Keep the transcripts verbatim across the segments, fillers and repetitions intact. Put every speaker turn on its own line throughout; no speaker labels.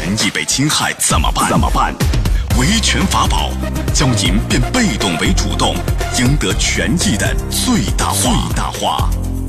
益被侵害怎么办？怎么办？维权法宝教您变被动为主动，赢得权益的最大化。最大化。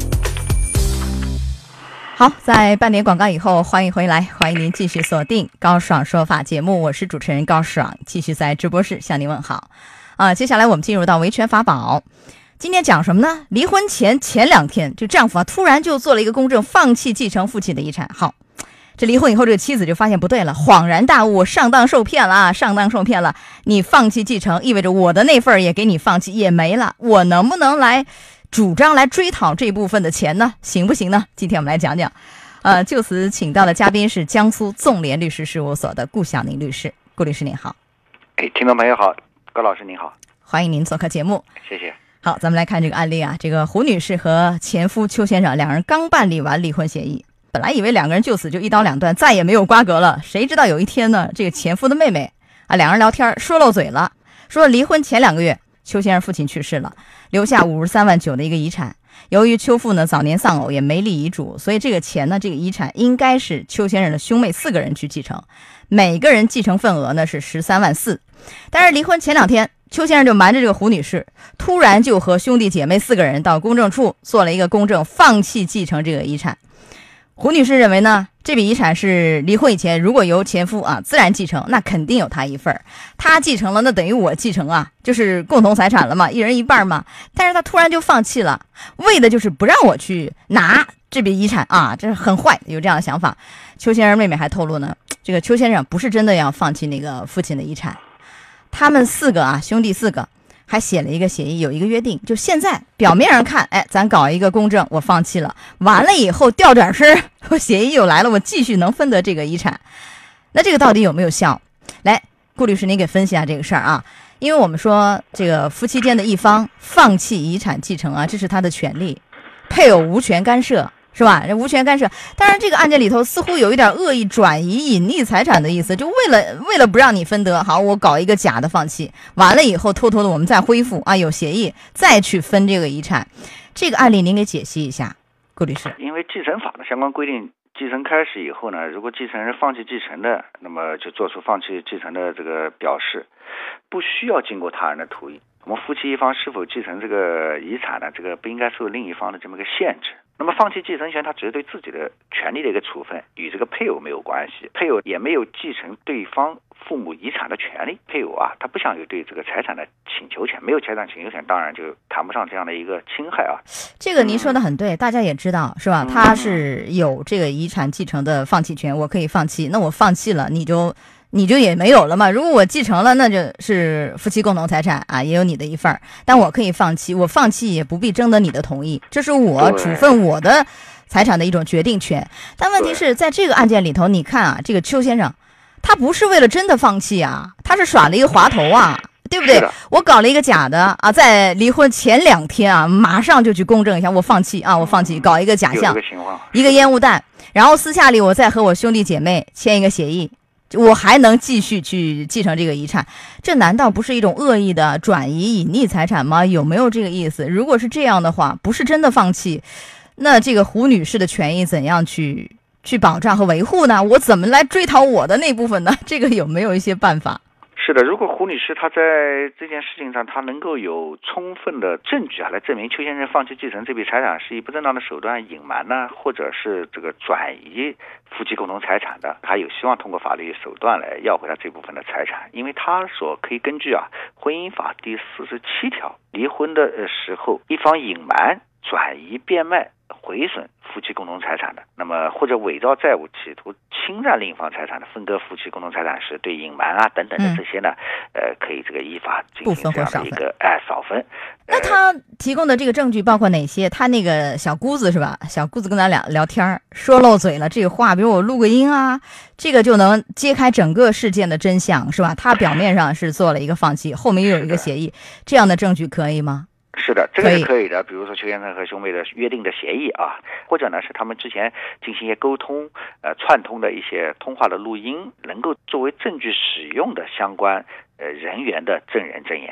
好，在半点广告以后，欢迎回来，欢迎您继续锁定高爽说法节目，我是主持人高爽，继续在直播室向您问好。啊，接下来我们进入到维权法宝。今天讲什么呢？离婚前前两天，这丈夫啊突然就做了一个公证，放弃继承父亲的遗产。好，这离婚以后，这个妻子就发现不对了，恍然大悟，上当受骗了，上当受骗了。你放弃继承，意味着我的那份也给你放弃，也没了。我能不能来主张来追讨这部分的钱呢？行不行呢？今天我们来讲讲。呃，就此请到的嘉宾是江苏纵联律师事务所的顾晓宁律师。顾律师您好。
哎，听众朋友好，高老师您好，
欢迎您做客节目。
谢谢。
好，咱们来看这个案例啊。这个胡女士和前夫邱先生两人刚办理完离婚协议，本来以为两个人就此就一刀两断，再也没有瓜葛了。谁知道有一天呢，这个前夫的妹妹啊，两人聊天说漏嘴了，说离婚前两个月，邱先生父亲去世了，留下五十三万九的一个遗产。由于邱父呢早年丧偶，也没立遗嘱，所以这个钱呢，这个遗产应该是邱先生的兄妹四个人去继承，每个人继承份额呢是十三万四。但是离婚前两天，邱先生就瞒着这个胡女士，突然就和兄弟姐妹四个人到公证处做了一个公证，放弃继承这个遗产。胡女士认为呢，这笔遗产是离婚以前如果由前夫啊自然继承，那肯定有他一份，他继承了，那等于我继承啊，就是共同财产了嘛，一人一半嘛。但是他突然就放弃了，为的就是不让我去拿这笔遗产啊，这是很坏，有这样的想法。邱先生妹妹还透露呢，这个邱先生不是真的要放弃那个父亲的遗产，他们四个啊兄弟四个还写了一个协议，有一个约定，就现在表面上看，哎，咱搞一个公证，我放弃了，完了以后调转身，我协议又来了，我继续能分得这个遗产。那这个到底有没有效？来，顾律师您给分析一下这个事儿啊。因为我们说这个夫妻间的一方放弃遗产继承啊，这是他的权利，配偶无权干涉，是吧？无权干涉。当然这个案件里头似乎有一点恶意转移隐匿财产的意思，就为了为了不让你分得，好，我搞一个假的放弃，完了以后偷偷的我们再恢复啊，有协议再去分这个遗产。这个案例您给解析一下，顾律师。
因为继承法的相关规定，继承开始以后呢，如果继承人放弃继承的，那么就做出放弃继承的这个表示，不需要经过他人的同意。我们夫妻一方是否继承这个遗产呢？这个不应该受另一方的这么个限制。那么放弃继承权，它只是对自己的权利的一个处分，与这个配偶没有关系，配偶也没有继承对方父母遗产的权利。配偶啊，他不享有对这个财产的请求权，没有财产请求权，当然就谈不上这样的一个侵害啊。
这个您说的很对，嗯、大家也知道是吧？他是有这个遗产继承的放弃权，我可以放弃，那我放弃了，你就。你就也没有了嘛。如果我继承了，那就是夫妻共同财产啊，也有你的一份儿。但我可以放弃，我放弃也不必征得你的同意，这是我处分我的财产的一种决定权。但问题是在这个案件里头，你看啊，这个邱先生，他不是为了真的放弃啊，他是耍了一个滑头啊，对不对？我搞了一个假的啊，在离婚前两天啊，马上就去公证一下，我放弃啊，我放弃，搞一个假象，一个烟雾弹，然后私下里我再和我兄弟姐妹签一个协议。我还能继续去继承这个遗产，这难道不是一种恶意的转移隐匿财产吗？有没有这个意思？如果是这样的话，不是真的放弃，那这个胡女士的权益怎样去去保障和维护呢？我怎么来追讨我的那部分呢？这个有没有一些办法？
是的，如果胡女士她在这件事情上，她能够有充分的证据啊，来证明邱先生放弃继承这笔财产是以不正当的手段隐瞒呢，或者是这个转移夫妻共同财产的，她有希望通过法律手段来要回她这部分的财产，因为她所可以根据啊婚姻法第四十七条，离婚的时候一方隐瞒、转移、变卖、毁损夫妻共同财产的，那么或者伪造债务企图侵占另一方财产的，分割夫妻共同财产时，对隐瞒啊等等的这些呢，嗯、呃，可以这个依法进行这样的一个哎少分。
那他提供的这个证据包括哪些？他那个小姑子是吧？小姑子跟咱俩聊天说漏嘴了，这个话，比如我录个音啊，这个就能揭开整个事件的真相，是吧？他表面上是做了一个放弃，后面又有一个协议，这样的证据可以吗？
是的，这个是可以的。比如说邱先生和兄妹的约定的协议啊，或者呢是他们之前进行一些沟通，呃，串通的一些通话的录音，能够作为证据使用的相关呃人员的证人证言。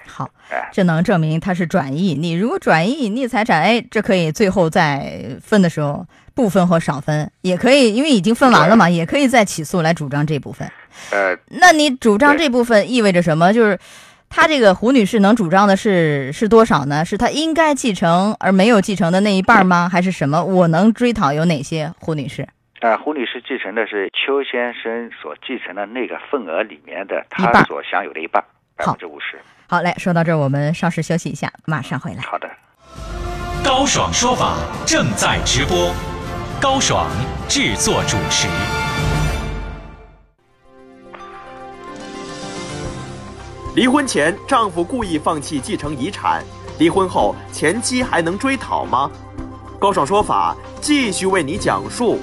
好，这能证明他是转移隐匿。如果转移隐匿财产，哎，这可以最后在分的时候不分或少分，也可以，因为已经分完了嘛，也可以再起诉来主张这部分。
呃，
那你主张这部分意味着什么？就是他这个胡女士能主张的是是多少呢？是她应该继承而没有继承的那一半吗？还是什么？我能追讨有哪些？胡女士？
呃，胡女士继承的是邱先生所继承的那个份额里面的他所享有的一半，百分之五十。
好，来说到这儿，我们稍事休息一下，马上回来。
好的。
高爽说法正在直播，高爽制作主持。
离婚前，丈夫故意放弃继承遗产，离婚后前妻还能追讨吗？高爽说法继续为你讲述。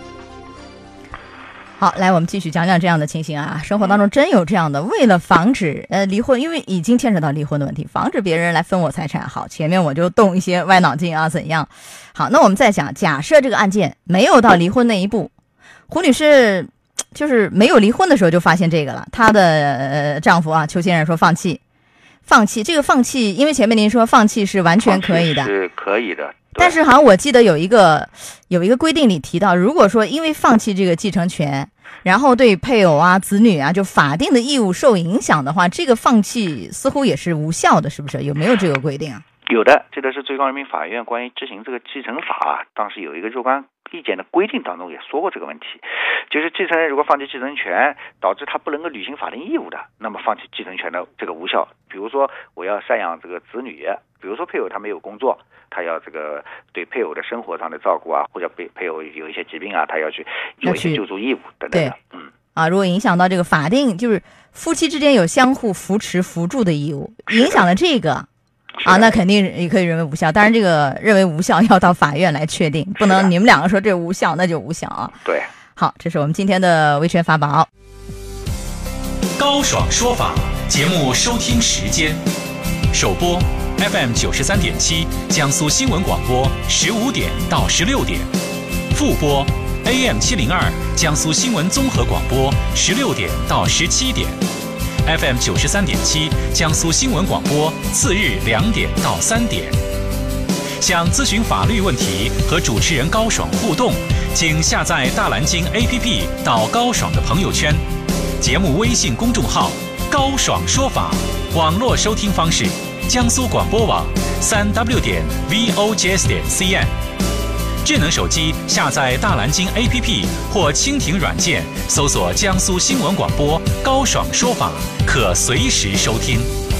好，来，我们继续讲讲这样的情形啊。生活当中真有这样的，为了防止呃离婚，因为已经牵扯到离婚的问题，防止别人来分我财产。好，前面我就动一些歪脑筋啊，怎样？好，那我们再讲，假设这个案件没有到离婚那一步，胡女士就是没有离婚的时候就发现这个了，她的、呃、丈夫啊邱先生说放弃，放弃这个放弃，因为前面您说放弃是完全可以的，
是可以的。
但是好像我记得有一个有一个规定里提到，如果说因为放弃这个继承权，然后对配偶啊、子女啊，就法定的义务受影响的话，这个放弃似乎也是无效的，是不是？有没有这个规定啊？
有的，这个是最高人民法院关于执行这个继承法，当时有一个若干意见的规定当中也说过这个问题，就是继承人如果放弃继承权，导致他不能够履行法定义务的，那么放弃继承权的这个无效。比如说我要赡养这个子女，比如说配偶他没有工作，他要这个对配偶的生活上的照顾啊，或者配配偶有一些疾病啊，他要去做一些救助义务等等的。嗯
啊，如果影响到这个法定，就是夫妻之间有相互扶持扶助的义务，影响了这个啊，那肯定也可以认为无效。当然，这个认为无效要到法院来确定，不能你们两个说这无效，那就无效啊。
对，
好，这是我们今天的维权法宝。
高爽说法节目收听时间：首播 F M 九十三点七江苏新闻广播十五点到十六点，复播 A M 七零二江苏新闻综合广播十六点到十七点。F M 九十三点七江苏新闻广播次日两点到三点。想咨询法律问题和主持人高爽互动，请下载大蓝鲸 A P P 到高爽的朋友圈，节目微信公众号高爽说法，网络收听方式江苏广播网三 w 点 v o g s 点 c n。智能手机下载大蓝鲸 A P P 或蜻蜓软件，搜索江苏新闻广播高爽说法，可随时收听。